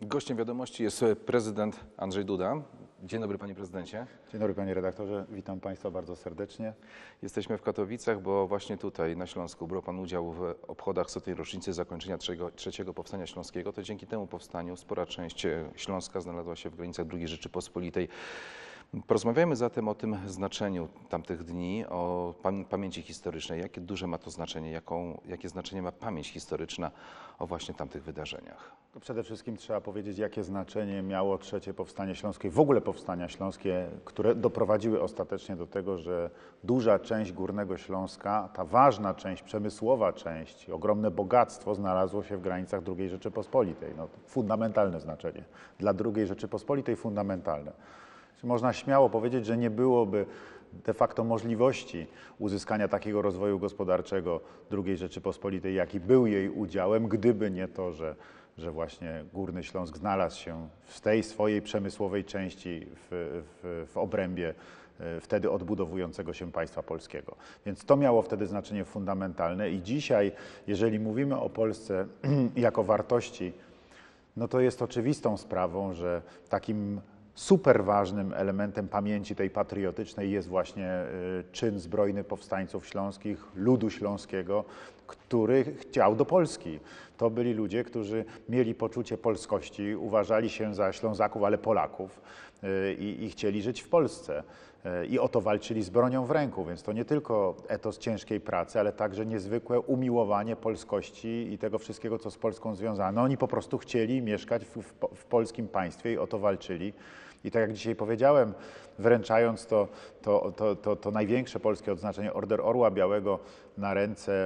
Gościem wiadomości jest prezydent Andrzej Duda. Dzień dobry, panie prezydencie. Dzień dobry, panie redaktorze. Witam państwa bardzo serdecznie. Jesteśmy w Katowicach, bo właśnie tutaj na Śląsku brał pan udział w obchodach 100. rocznicy zakończenia III Powstania Śląskiego. To dzięki temu powstaniu spora część Śląska znalazła się w granicach II Rzeczypospolitej. Porozmawiajmy zatem o tym znaczeniu tamtych dni, o pamięci historycznej. Jakie duże ma to znaczenie, jakie znaczenie ma pamięć historyczna o właśnie tamtych wydarzeniach? Przede wszystkim trzeba powiedzieć, jakie znaczenie miało III Powstanie Śląskie, w ogóle powstania śląskie, które doprowadziły ostatecznie do tego, że duża część Górnego Śląska, ta ważna część, przemysłowa część, ogromne bogactwo znalazło się w granicach II Rzeczypospolitej. No, fundamentalne znaczenie. Dla II Rzeczypospolitej fundamentalne. Można śmiało powiedzieć, że nie byłoby de facto możliwości uzyskania takiego rozwoju gospodarczego II Rzeczypospolitej, jaki był jej udziałem, gdyby nie to, że właśnie Górny Śląsk znalazł się w tej swojej przemysłowej części w obrębie wtedy odbudowującego się państwa polskiego. Więc to miało wtedy znaczenie fundamentalne i dzisiaj, jeżeli mówimy o Polsce jako wartości, no to jest oczywistą sprawą, że takim super ważnym elementem pamięci tej patriotycznej jest właśnie czyn zbrojny powstańców śląskich, ludu śląskiego, który chciał do Polski. To byli ludzie, którzy mieli poczucie polskości, uważali się za Ślązaków, ale Polaków i chcieli żyć w Polsce. I o to walczyli z bronią w ręku, więc to nie tylko etos ciężkiej pracy, ale także niezwykłe umiłowanie polskości i tego wszystkiego, co z Polską związane. Oni po prostu chcieli mieszkać w polskim państwie i o to walczyli. I tak jak dzisiaj powiedziałem, wręczając to największe polskie odznaczenie, Order Orła Białego na ręce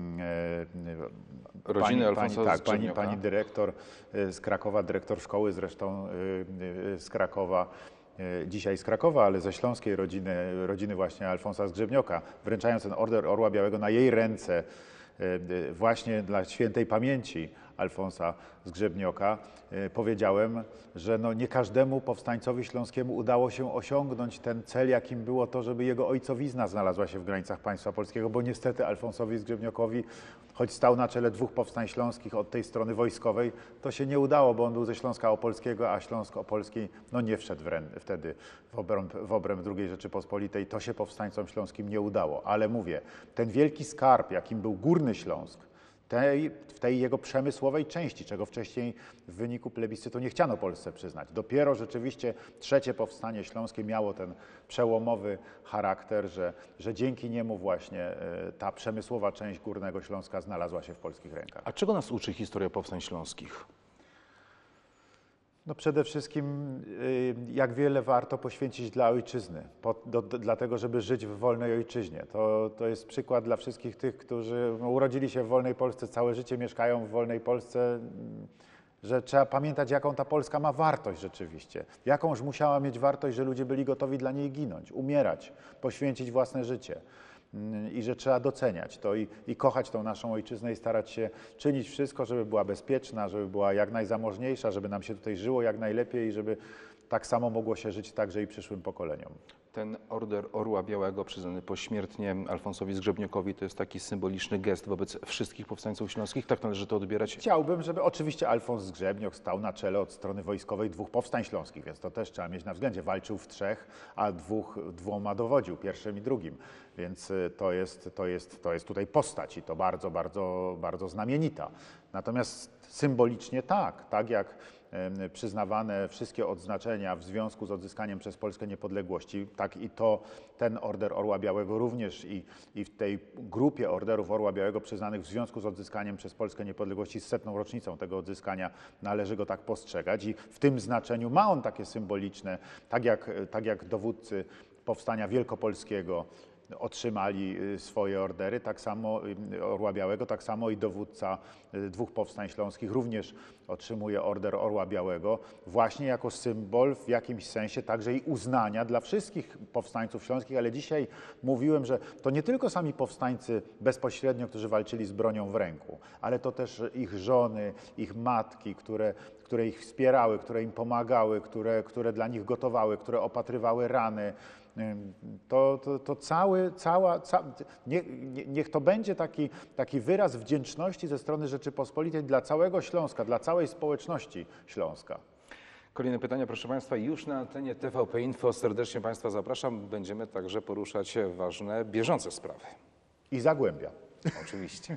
rodziny Alfonsa Zgrzebnioka. Pani dyrektor z Krakowa, dyrektor szkoły zresztą z Krakowa, dzisiaj z Krakowa, ale ze śląskiej rodziny właśnie Alfonsa Zgrzebnioka, wręczając ten Order Orła Białego na jej ręce właśnie dla świętej pamięci Alfonsa Zgrzebnioka, powiedziałem, że no nie każdemu powstańcowi śląskiemu udało się osiągnąć ten cel, jakim było to, żeby jego ojcowizna znalazła się w granicach państwa polskiego, bo niestety Alfonsowi Zgrzebniokowi, choć stał na czele dwóch powstań śląskich od tej strony wojskowej, to się nie udało, bo on był ze Śląska Opolskiego, a Śląsk Opolski no nie wszedł wtedy w obręb II Rzeczypospolitej. To się powstańcom śląskim nie udało, ale mówię, ten wielki skarb, jakim był Górny Śląsk, w tej jego przemysłowej części, czego wcześniej w wyniku plebiscytu nie chciano Polsce przyznać. Dopiero rzeczywiście III Powstanie Śląskie miało ten przełomowy charakter, że dzięki niemu właśnie ta przemysłowa część Górnego Śląska znalazła się w polskich rękach. A czego nas uczy historia powstań śląskich? No przede wszystkim jak wiele warto poświęcić dla ojczyzny, dlatego żeby żyć w wolnej ojczyźnie. To jest przykład dla wszystkich tych, którzy urodzili się w wolnej Polsce, całe życie mieszkają w wolnej Polsce, że trzeba pamiętać, jaką ta Polska ma wartość rzeczywiście. Jakąż musiała mieć wartość, że ludzie byli gotowi dla niej ginąć, umierać, poświęcić własne życie. I że trzeba doceniać to i kochać tą naszą ojczyznę i starać się czynić wszystko, żeby była bezpieczna, żeby była jak najzamożniejsza, żeby nam się tutaj żyło jak najlepiej i żeby tak samo mogło się żyć także i przyszłym pokoleniom. Ten Order Orła Białego przyznany pośmiertnie Alfonsowi Zgrzebniokowi to jest taki symboliczny gest wobec wszystkich powstańców śląskich? Tak należy to odbierać? Chciałbym, żeby oczywiście Alfons Zgrzebniok stał na czele od strony wojskowej dwóch powstań śląskich, więc to też trzeba mieć na względzie. Walczył w trzech, a dwoma dowodził, pierwszym i drugim. Więc to jest tutaj postać i to bardzo, bardzo, bardzo znamienita. Natomiast symbolicznie tak jak przyznawane wszystkie odznaczenia w związku z odzyskaniem przez Polskę niepodległości, tak i ten Order Orła Białego również i w tej grupie Orderów Orła Białego przyznanych w związku z odzyskaniem przez Polskę niepodległości z 100. rocznicą tego odzyskania należy go tak postrzegać i w tym znaczeniu ma on takie symboliczne, tak jak dowódcy Powstania Wielkopolskiego otrzymali swoje ordery, tak samo Orła Białego, tak samo i dowódca dwóch powstań śląskich również otrzymuje Order Orła Białego, właśnie jako symbol w jakimś sensie także i uznania dla wszystkich powstańców śląskich, ale dzisiaj mówiłem, że to nie tylko sami powstańcy bezpośrednio, którzy walczyli z bronią w ręku, ale to też ich żony, ich matki, które ich wspierały, które im pomagały, które dla nich gotowały, które opatrywały rany. Niech to będzie taki wyraz wdzięczności ze strony Rzeczypospolitej dla całego Śląska, dla całej całej społeczności Śląska. Kolejne pytania, proszę Państwa, już na antenie TVP Info. Serdecznie Państwa zapraszam. Będziemy także poruszać ważne, bieżące sprawy. I Zagłębia. Oczywiście.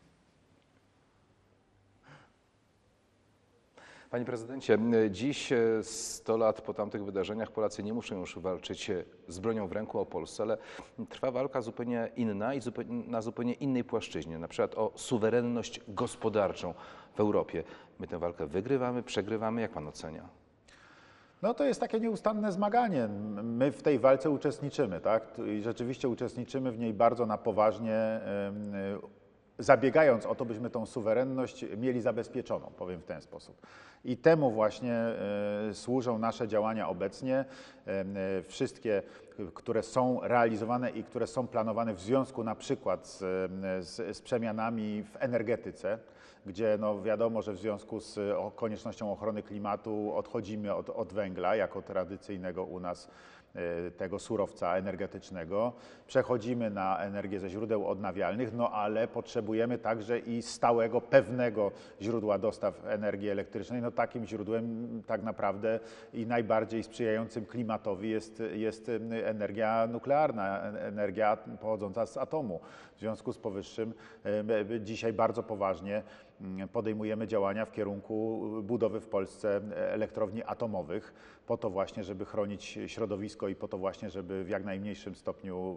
Panie prezydencie, dziś 100 lat po tamtych wydarzeniach Polacy nie muszą już walczyć z bronią w ręku o Polsce, ale trwa walka zupełnie inna i na zupełnie innej płaszczyźnie, na przykład o suwerenność gospodarczą w Europie. My tę walkę wygrywamy, przegrywamy, jak pan ocenia? No to jest takie nieustanne zmaganie. My w tej walce uczestniczymy, tak? I rzeczywiście uczestniczymy w niej bardzo na poważnie, zabiegając o to, byśmy tą suwerenność mieli zabezpieczoną, powiem w ten sposób. I temu właśnie służą nasze działania obecnie. Wszystkie, które są realizowane i które są planowane w związku na przykład z przemianami w energetyce, gdzie no wiadomo, że w związku z koniecznością ochrony klimatu odchodzimy od węgla jako tradycyjnego u nas tego surowca energetycznego, przechodzimy na energię ze źródeł odnawialnych, no ale potrzebujemy także i stałego, pewnego źródła dostaw energii elektrycznej. No takim źródłem tak naprawdę i najbardziej sprzyjającym klimatowi jest energia nuklearna, energia pochodząca z atomu. W związku z powyższym dzisiaj bardzo poważnie podejmujemy działania w kierunku budowy w Polsce elektrowni atomowych, po to właśnie, żeby chronić środowisko i po to właśnie, żeby w jak najmniejszym stopniu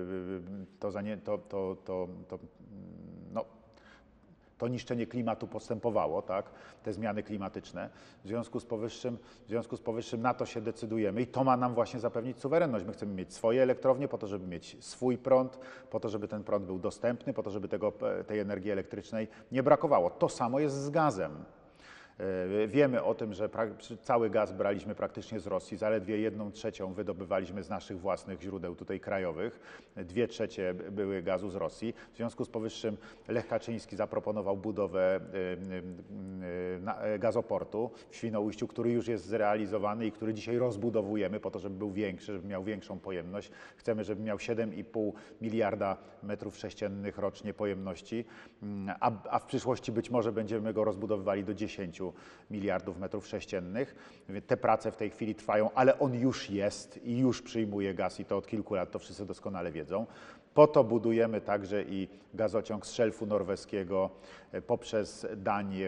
to niszczenie klimatu postępowało, tak? Te zmiany klimatyczne. W związku z powyższym na to się decydujemy i to ma nam właśnie zapewnić suwerenność. My chcemy mieć swoje elektrownie po to, żeby mieć swój prąd, po to, żeby ten prąd był dostępny, po to, żeby tej energii elektrycznej nie brakowało. To samo jest z gazem. Wiemy o tym, że cały gaz braliśmy praktycznie z Rosji, zaledwie 1/3 wydobywaliśmy z naszych własnych źródeł tutaj krajowych, 2/3 były gazu z Rosji. W związku z powyższym Lech Kaczyński zaproponował budowę gazoportu w Świnoujściu, który już jest zrealizowany i który dzisiaj rozbudowujemy po to, żeby był większy, żeby miał większą pojemność. Chcemy, żeby miał 7,5 miliarda metrów sześciennych rocznie pojemności, a w przyszłości być może będziemy go rozbudowywali do 10 miliardów metrów sześciennych. Te prace w tej chwili trwają, ale on już jest i już przyjmuje gaz i to od kilku lat, to wszyscy doskonale wiedzą. Po to budujemy także i gazociąg z szelfu norweskiego poprzez Danię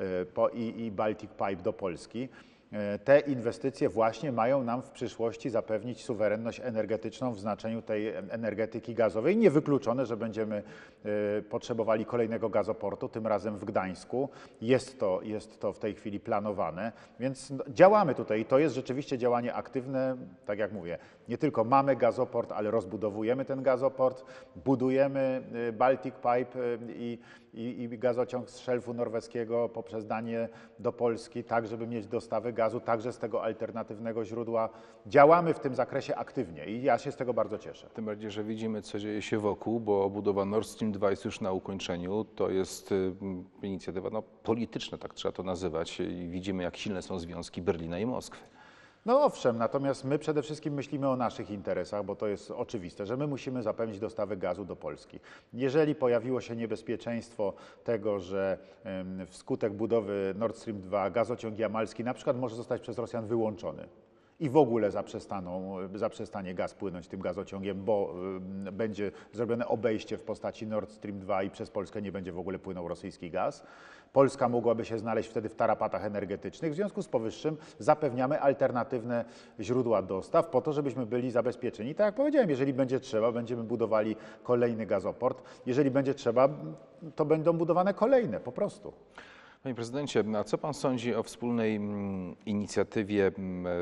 i Baltic Pipe do Polski. Te inwestycje właśnie mają nam w przyszłości zapewnić suwerenność energetyczną w znaczeniu tej energetyki gazowej. Niewykluczone, że będziemy potrzebowali kolejnego gazoportu, tym razem w Gdańsku. Jest to w tej chwili planowane, więc działamy tutaj i to jest rzeczywiście działanie aktywne. Tak jak mówię, nie tylko mamy gazoport, ale rozbudowujemy ten gazoport, budujemy Baltic Pipe i gazociąg z szelfu norweskiego poprzez Danię do Polski, tak żeby mieć dostawy gazu także z tego alternatywnego źródła. Działamy w tym zakresie aktywnie i ja się z tego bardzo cieszę. Tym bardziej, że widzimy, co dzieje się wokół, bo budowa Nord Stream 2 jest już na ukończeniu. To jest inicjatywa polityczna, tak trzeba to nazywać. I widzimy, jak silne są związki Berlina i Moskwy. No owszem, natomiast my przede wszystkim myślimy o naszych interesach, bo to jest oczywiste, że my musimy zapewnić dostawy gazu do Polski. Jeżeli pojawiło się niebezpieczeństwo tego, że wskutek budowy Nord Stream 2 gazociąg jamalski na przykład może zostać przez Rosjan wyłączony i w ogóle zaprzestanie gaz płynąć tym gazociągiem, bo będzie zrobione obejście w postaci Nord Stream 2 i przez Polskę nie będzie w ogóle płynął rosyjski gaz. Polska mogłaby się znaleźć wtedy w tarapatach energetycznych. W związku z powyższym zapewniamy alternatywne źródła dostaw po to, żebyśmy byli zabezpieczeni. Tak jak powiedziałem, jeżeli będzie trzeba, będziemy budowali kolejny gazoport. Jeżeli będzie trzeba, to będą budowane kolejne po prostu. Panie prezydencie, a co pan sądzi o wspólnej inicjatywie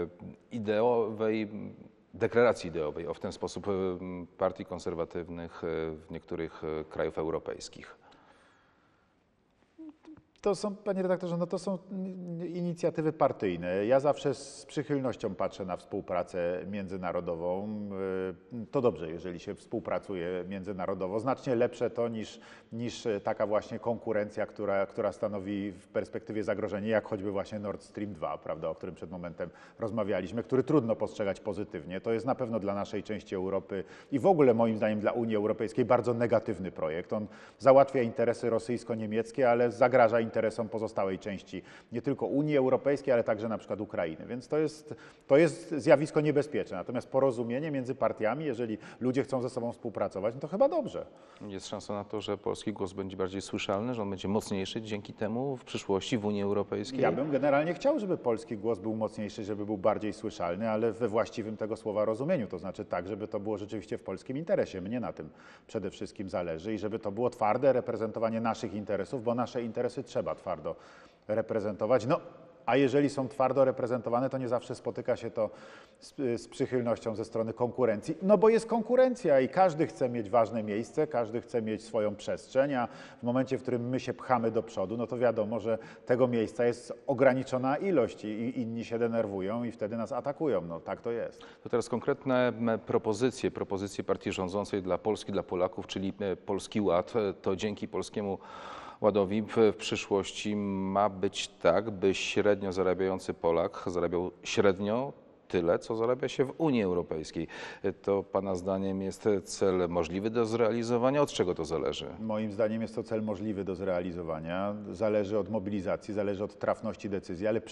ideowej, deklaracji ideowej, w ten sposób partii konserwatywnych w niektórych krajów europejskich? To są, panie redaktorze, no to są inicjatywy partyjne. Ja zawsze z przychylnością patrzę na współpracę międzynarodową. To dobrze, jeżeli się współpracuje międzynarodowo. Znacznie lepsze to niż taka właśnie konkurencja, która stanowi w perspektywie zagrożenie, jak choćby właśnie Nord Stream 2, prawda, o którym przed momentem rozmawialiśmy, który trudno postrzegać pozytywnie. To jest na pewno dla naszej części Europy i w ogóle moim zdaniem dla Unii Europejskiej bardzo negatywny projekt. On załatwia interesy rosyjsko-niemieckie, ale zagraża interesom pozostałej części nie tylko Unii Europejskiej, ale także na przykład Ukrainy. Więc to jest zjawisko niebezpieczne. Natomiast porozumienie między partiami, jeżeli ludzie chcą ze sobą współpracować, no to chyba dobrze. Jest szansa na to, że polski głos będzie bardziej słyszalny, że on będzie mocniejszy dzięki temu w przyszłości w Unii Europejskiej? Ja bym generalnie chciał, żeby polski głos był mocniejszy, żeby był bardziej słyszalny, ale we właściwym tego słowa rozumieniu. To znaczy tak, żeby to było rzeczywiście w polskim interesie. Mnie na tym przede wszystkim zależy i żeby to było twarde reprezentowanie naszych interesów, bo nasze interesy trzeba twardo reprezentować. No, a jeżeli są twardo reprezentowane, to nie zawsze spotyka się to z przychylnością ze strony konkurencji, no bo jest konkurencja i każdy chce mieć ważne miejsce, każdy chce mieć swoją przestrzeń, a w momencie, w którym my się pchamy do przodu, no to wiadomo, że tego miejsca jest ograniczona ilość i inni się denerwują i wtedy nas atakują. No tak to jest. To teraz konkretne propozycje partii rządzącej dla Polski, dla Polaków, czyli Polski Ład. To dzięki Polskiemu Ładowi w przyszłości ma być tak, by średnio zarabiający Polak zarabiał średnio tyle, co zarabia się w Unii Europejskiej. To Pana zdaniem jest cel możliwy do zrealizowania? Od czego to zależy? Moim zdaniem jest to cel możliwy do zrealizowania. Zależy od mobilizacji, zależy od trafności decyzji, ale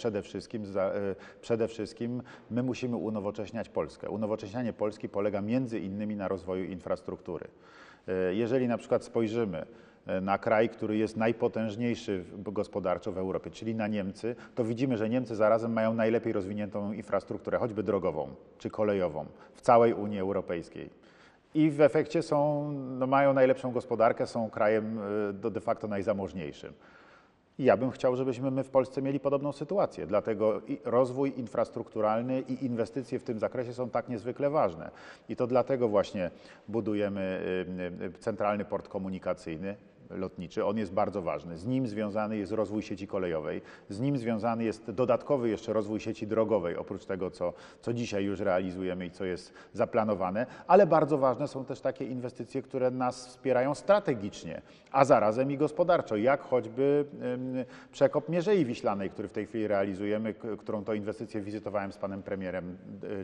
przede wszystkim my musimy unowocześniać Polskę. Unowocześnianie Polski polega między innymi na rozwoju infrastruktury. Jeżeli na przykład spojrzymy na kraj, który jest najpotężniejszy gospodarczo w Europie, czyli na Niemcy, to widzimy, że Niemcy zarazem mają najlepiej rozwiniętą infrastrukturę, choćby drogową czy kolejową w całej Unii Europejskiej. I w efekcie mają najlepszą gospodarkę, są krajem de facto najzamożniejszym. I ja bym chciał, żebyśmy my w Polsce mieli podobną sytuację. Dlatego i rozwój infrastrukturalny i inwestycje w tym zakresie są tak niezwykle ważne. I to dlatego właśnie budujemy centralny port komunikacyjny, lotniczy. On jest bardzo ważny. Z nim związany jest rozwój sieci kolejowej. Z nim związany jest dodatkowy jeszcze rozwój sieci drogowej, oprócz tego, co dzisiaj już realizujemy i co jest zaplanowane. Ale bardzo ważne są też takie inwestycje, które nas wspierają strategicznie, a zarazem i gospodarczo, jak choćby przekop Mierzei Wiślanej, który w tej chwili realizujemy, którą to inwestycję wizytowałem z panem premierem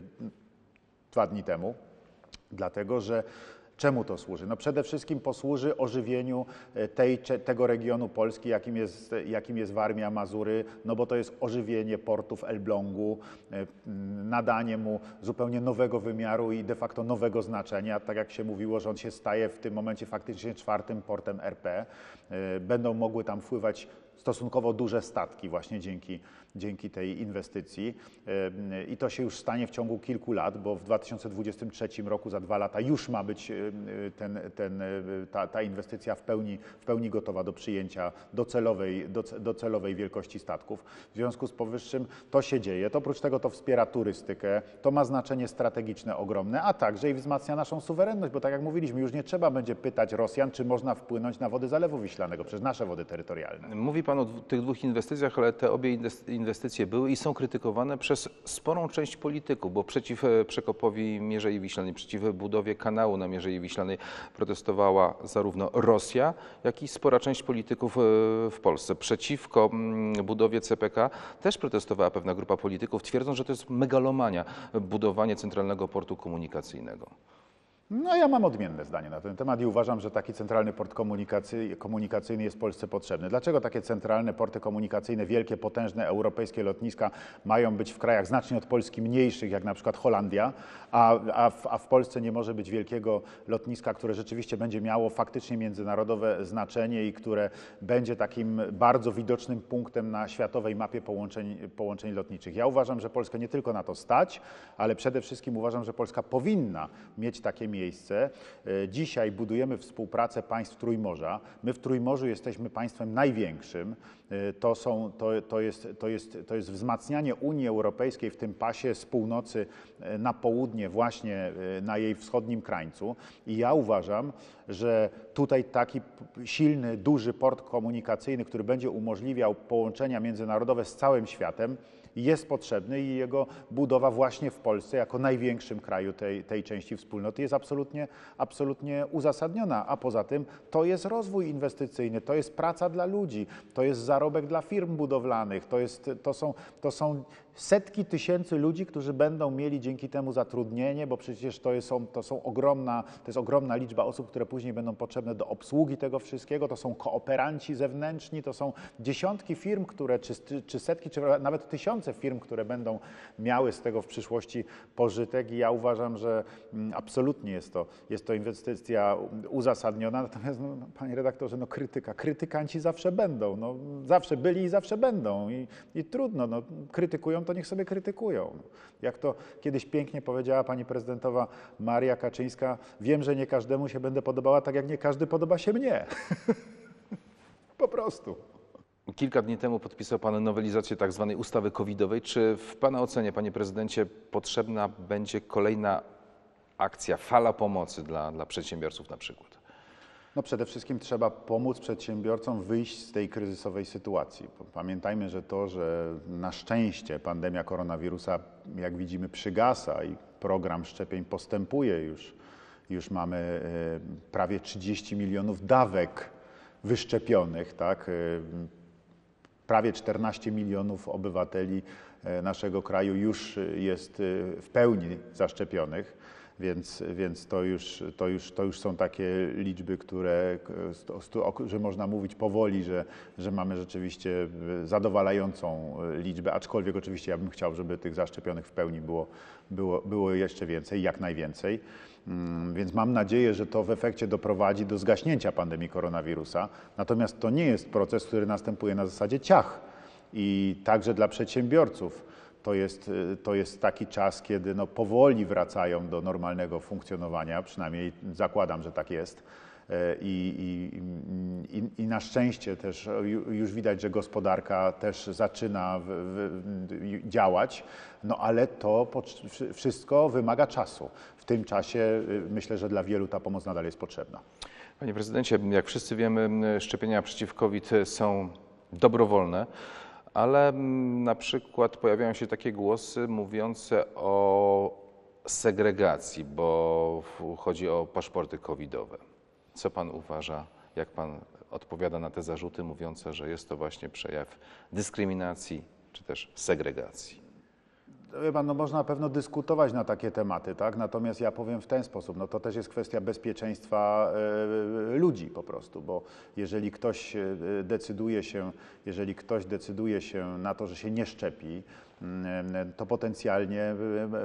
2 dni temu. Dlatego, że czemu to służy? No przede wszystkim posłuży ożywieniu tego regionu Polski, jakim jest Warmia, Mazury, no bo to jest ożywienie portów Elblągu, nadanie mu zupełnie nowego wymiaru i de facto nowego znaczenia. Tak jak się mówiło, że on się staje w tym momencie faktycznie 4. portem RP. Będą mogły tam wpływać stosunkowo duże statki właśnie dzięki tej inwestycji i to się już stanie w ciągu kilku lat, bo w 2023 roku, za 2 lata już ma być ta inwestycja w pełni gotowa do przyjęcia docelowej wielkości statków. W związku z powyższym to się dzieje. To oprócz tego to wspiera turystykę, to ma znaczenie strategiczne ogromne, a także i wzmacnia naszą suwerenność, bo tak jak mówiliśmy, już nie trzeba będzie pytać Rosjan, czy można wpłynąć na wody Zalewu Wiślanego, przez nasze wody terytorialne. Mówi Pan o tych 2 inwestycjach, ale te obie inwestycje były i są krytykowane przez sporą część polityków, bo przeciw przekopowi Mierzei Wiślanej, przeciw budowie kanału na Mierzei Wiślanej protestowała zarówno Rosja, jak i spora część polityków w Polsce. Przeciwko budowie CPK też protestowała pewna grupa polityków, twierdząc, że to jest megalomania, budowanie centralnego portu komunikacyjnego. No ja mam odmienne zdanie na ten temat i uważam, że taki centralny port komunikacyjny jest Polsce potrzebny. Dlaczego takie centralne porty komunikacyjne, wielkie, potężne europejskie lotniska mają być w krajach znacznie od Polski mniejszych, jak na przykład Holandia, a w Polsce nie może być wielkiego lotniska, które rzeczywiście będzie miało faktycznie międzynarodowe znaczenie i które będzie takim bardzo widocznym punktem na światowej mapie połączeń lotniczych. Ja uważam, że Polskę nie tylko na to stać, ale przede wszystkim uważam, że Polska powinna mieć takie miejsce miejsce. Dzisiaj budujemy współpracę państw Trójmorza. My w Trójmorzu jesteśmy państwem największym. To jest wzmacnianie Unii Europejskiej w tym pasie z północy na południe, właśnie na jej wschodnim krańcu. I ja uważam, że tutaj taki silny, duży port komunikacyjny, który będzie umożliwiał połączenia międzynarodowe z całym światem, jest potrzebny i jego budowa właśnie w Polsce, jako największym kraju tej części wspólnoty, jest absolutnie uzasadniona. A poza tym to jest rozwój inwestycyjny, to jest praca dla ludzi, to jest zarobek dla firm budowlanych, to są setki tysięcy ludzi, którzy będą mieli dzięki temu zatrudnienie, bo przecież to jest ogromna liczba osób, które później będą potrzebne do obsługi tego wszystkiego, to są kooperanci zewnętrzni, to są dziesiątki firm, czy setki, czy nawet tysiące firm, które będą miały z tego w przyszłości pożytek i ja uważam, że absolutnie jest to inwestycja uzasadniona, natomiast panie redaktorze, krytykanci zawsze będą, zawsze byli i zawsze będą i trudno, krytykują, to niech sobie krytykują. Jak to kiedyś pięknie powiedziała pani prezydentowa Maria Kaczyńska, wiem, że nie każdemu się będę podobała, tak jak nie każdy podoba się mnie. Po prostu. Kilka dni temu podpisał pan nowelizację tak zwanej ustawy covidowej. Czy w pana ocenie, panie prezydencie, potrzebna będzie kolejna akcja, fala pomocy dla przedsiębiorców na przykład? Przede wszystkim trzeba pomóc przedsiębiorcom wyjść z tej kryzysowej sytuacji. Pamiętajmy, że na szczęście pandemia koronawirusa, jak widzimy, przygasa i program szczepień postępuje już. Już mamy prawie 30 milionów dawek wyszczepionych, tak? Prawie 14 milionów obywateli naszego kraju już jest w pełni zaszczepionych. Więc to już są takie liczby, że można mówić powoli, że mamy rzeczywiście zadowalającą liczbę, aczkolwiek oczywiście ja bym chciał, żeby tych zaszczepionych w pełni było jeszcze więcej, jak najwięcej. Więc mam nadzieję, że to w efekcie doprowadzi do zgaśnięcia pandemii koronawirusa. Natomiast to nie jest proces, który następuje na zasadzie ciach i także dla przedsiębiorców. To jest taki czas, kiedy powoli wracają do normalnego funkcjonowania, przynajmniej zakładam, że tak jest. I na szczęście też już widać, że gospodarka też zaczyna działać, ale to wszystko wymaga czasu. W tym czasie myślę, że dla wielu ta pomoc nadal jest potrzebna. Panie prezydencie, jak wszyscy wiemy, szczepienia przeciw COVID są dobrowolne. Ale na przykład pojawiają się takie głosy mówiące o segregacji, bo chodzi o paszporty covidowe. Co pan uważa, jak pan odpowiada na te zarzuty mówiące, że jest to właśnie przejaw dyskryminacji czy też segregacji? Wie pan, można na pewno dyskutować na takie tematy, tak? Natomiast ja powiem w ten sposób, to też jest kwestia bezpieczeństwa ludzi po prostu, bo jeżeli ktoś decyduje się na to, że się nie szczepi, to potencjalnie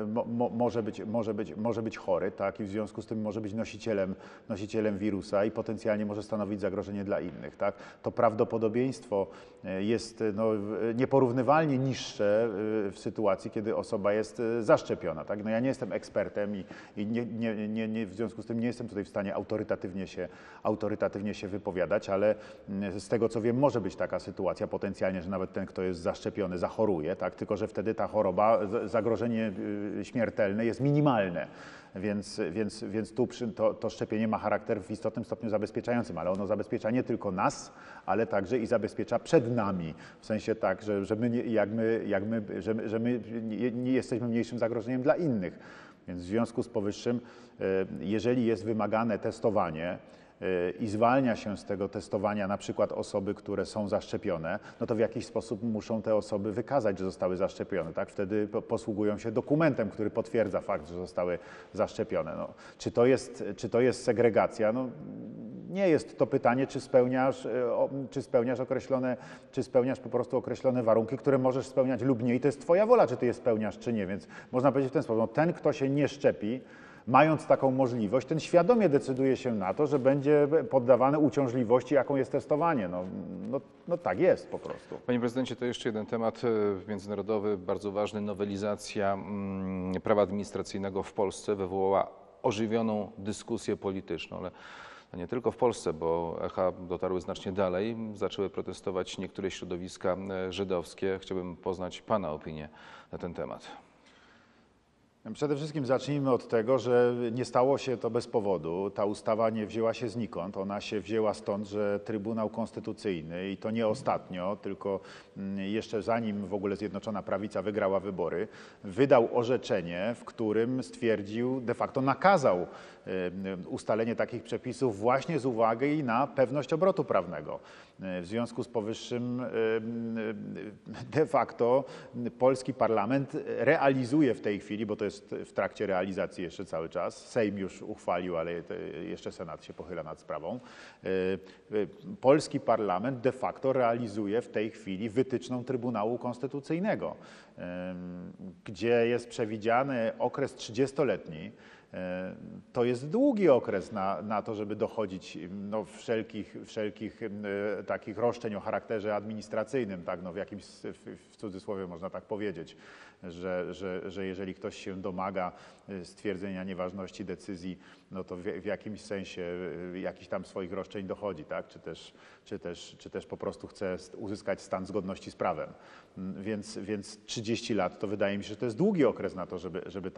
może być chory, tak? I w związku z tym może być nosicielem wirusa i potencjalnie może stanowić zagrożenie dla innych, tak? To prawdopodobieństwo jest nieporównywalnie niższe w sytuacji, kiedy osoba jest zaszczepiona, tak? Ja nie jestem ekspertem i w związku z tym nie jestem tutaj w stanie autorytatywnie się wypowiadać, ale z tego co wiem, może być taka sytuacja potencjalnie, że nawet ten, kto jest zaszczepiony, zachoruje, tak? Tylko że wtedy ta choroba, zagrożenie śmiertelne jest minimalne. Więc tu to szczepienie ma charakter w istotnym stopniu zabezpieczającym, ale ono zabezpiecza nie tylko nas, ale także i zabezpiecza przed nami. W sensie tak, że my nie jesteśmy mniejszym zagrożeniem dla innych. Więc w związku z powyższym, jeżeli jest wymagane testowanie, i zwalnia się z tego testowania na przykład osoby, które są zaszczepione, to w jakiś sposób muszą te osoby wykazać, że zostały zaszczepione, tak? Wtedy posługują się dokumentem, który potwierdza fakt, że zostały zaszczepione. Czy to jest segregacja? Nie jest to pytanie, czy spełniasz po prostu określone warunki, które możesz spełniać lub nie i to jest twoja wola, czy ty je spełniasz, czy nie, więc można powiedzieć w ten sposób, ten, kto się nie szczepi, mając taką możliwość, ten świadomie decyduje się na to, że będzie poddawany uciążliwości, jaką jest testowanie. Tak jest po prostu. Panie prezydencie, to jeszcze jeden temat międzynarodowy, bardzo ważny. Nowelizacja prawa administracyjnego w Polsce wywołała ożywioną dyskusję polityczną, ale nie tylko w Polsce, bo echa dotarły znacznie dalej. Zaczęły protestować niektóre środowiska żydowskie. Chciałbym poznać Pana opinię na ten temat. Przede wszystkim zacznijmy od tego, że nie stało się to bez powodu. Ta ustawa nie wzięła się znikąd. Ona się wzięła stąd, że Trybunał Konstytucyjny, i to nie ostatnio, tylko jeszcze zanim w ogóle Zjednoczona Prawica wygrała wybory, wydał orzeczenie, w którym stwierdził, de facto nakazał ustalenie takich przepisów właśnie z uwagi na pewność obrotu prawnego. W związku z powyższym de facto polski parlament realizuje w tej chwili, bo to jest w trakcie realizacji jeszcze cały czas, Sejm już uchwalił, ale jeszcze Senat się pochyla nad sprawą, polski parlament de facto realizuje w tej chwili wytyczną Trybunału Konstytucyjnego, gdzie jest przewidziany okres 30-letni. To jest długi okres na to, żeby dochodzić wszelkich takich roszczeń o charakterze administracyjnym, tak, w jakimś, w cudzysłowie można tak powiedzieć, że jeżeli ktoś się domaga stwierdzenia nieważności decyzji, no to w jakimś sensie jakichś tam swoich roszczeń dochodzi, tak, czy też po prostu chce uzyskać stan zgodności z prawem. Więc 30 lat to wydaje mi się, że to jest długi okres na to,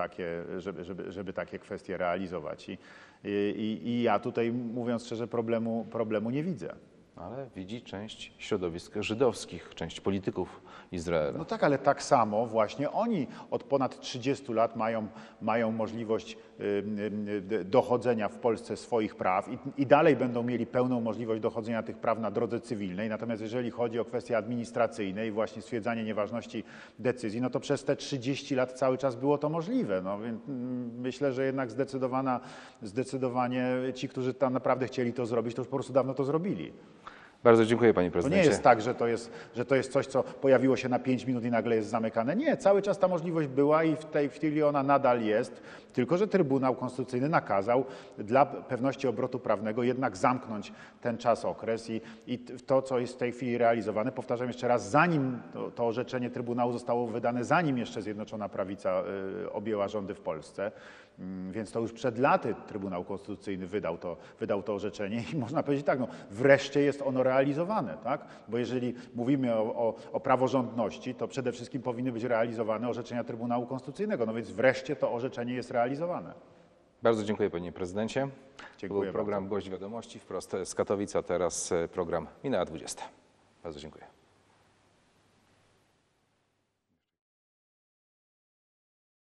żeby takie kwestie realizować. I ja tutaj, mówiąc szczerze, problemu nie widzę. Ale widzi część środowisk żydowskich, część polityków Izraela. No tak, ale tak samo właśnie oni od ponad 30 lat mają możliwość dochodzenia w Polsce swoich praw i dalej będą mieli pełną możliwość dochodzenia tych praw na drodze cywilnej. Natomiast jeżeli chodzi o kwestie administracyjne i właśnie stwierdzanie nieważności decyzji, no to przez te 30 lat cały czas było to możliwe. No więc myślę, że jednak zdecydowanie ci, którzy tam naprawdę chcieli to zrobić, to już po prostu dawno to zrobili. Bardzo dziękuję, panie To prezydencie. nie jest tak, że to jest coś, co pojawiło się na 5 minut i nagle jest zamykane. Nie, cały czas ta możliwość była i w tej chwili ona nadal jest, tylko że Trybunał Konstytucyjny nakazał dla pewności obrotu prawnego jednak zamknąć ten okres i to, co jest w tej chwili realizowane, powtarzam jeszcze raz, zanim to orzeczenie Trybunału zostało wydane, zanim jeszcze Zjednoczona Prawica objęła rządy w Polsce, więc to już przed laty Trybunał Konstytucyjny wydał to orzeczenie i można powiedzieć tak, no wreszcie jest ono realizowane, tak? Bo jeżeli mówimy o praworządności, to przede wszystkim powinny być realizowane orzeczenia Trybunału Konstytucyjnego, no więc wreszcie to orzeczenie jest realizowane. Bardzo dziękuję, panie prezydencie. Dziękuję To był program bardzo. Gość Wiadomości wprost z Katowic, a teraz program Minęła 20. Bardzo dziękuję.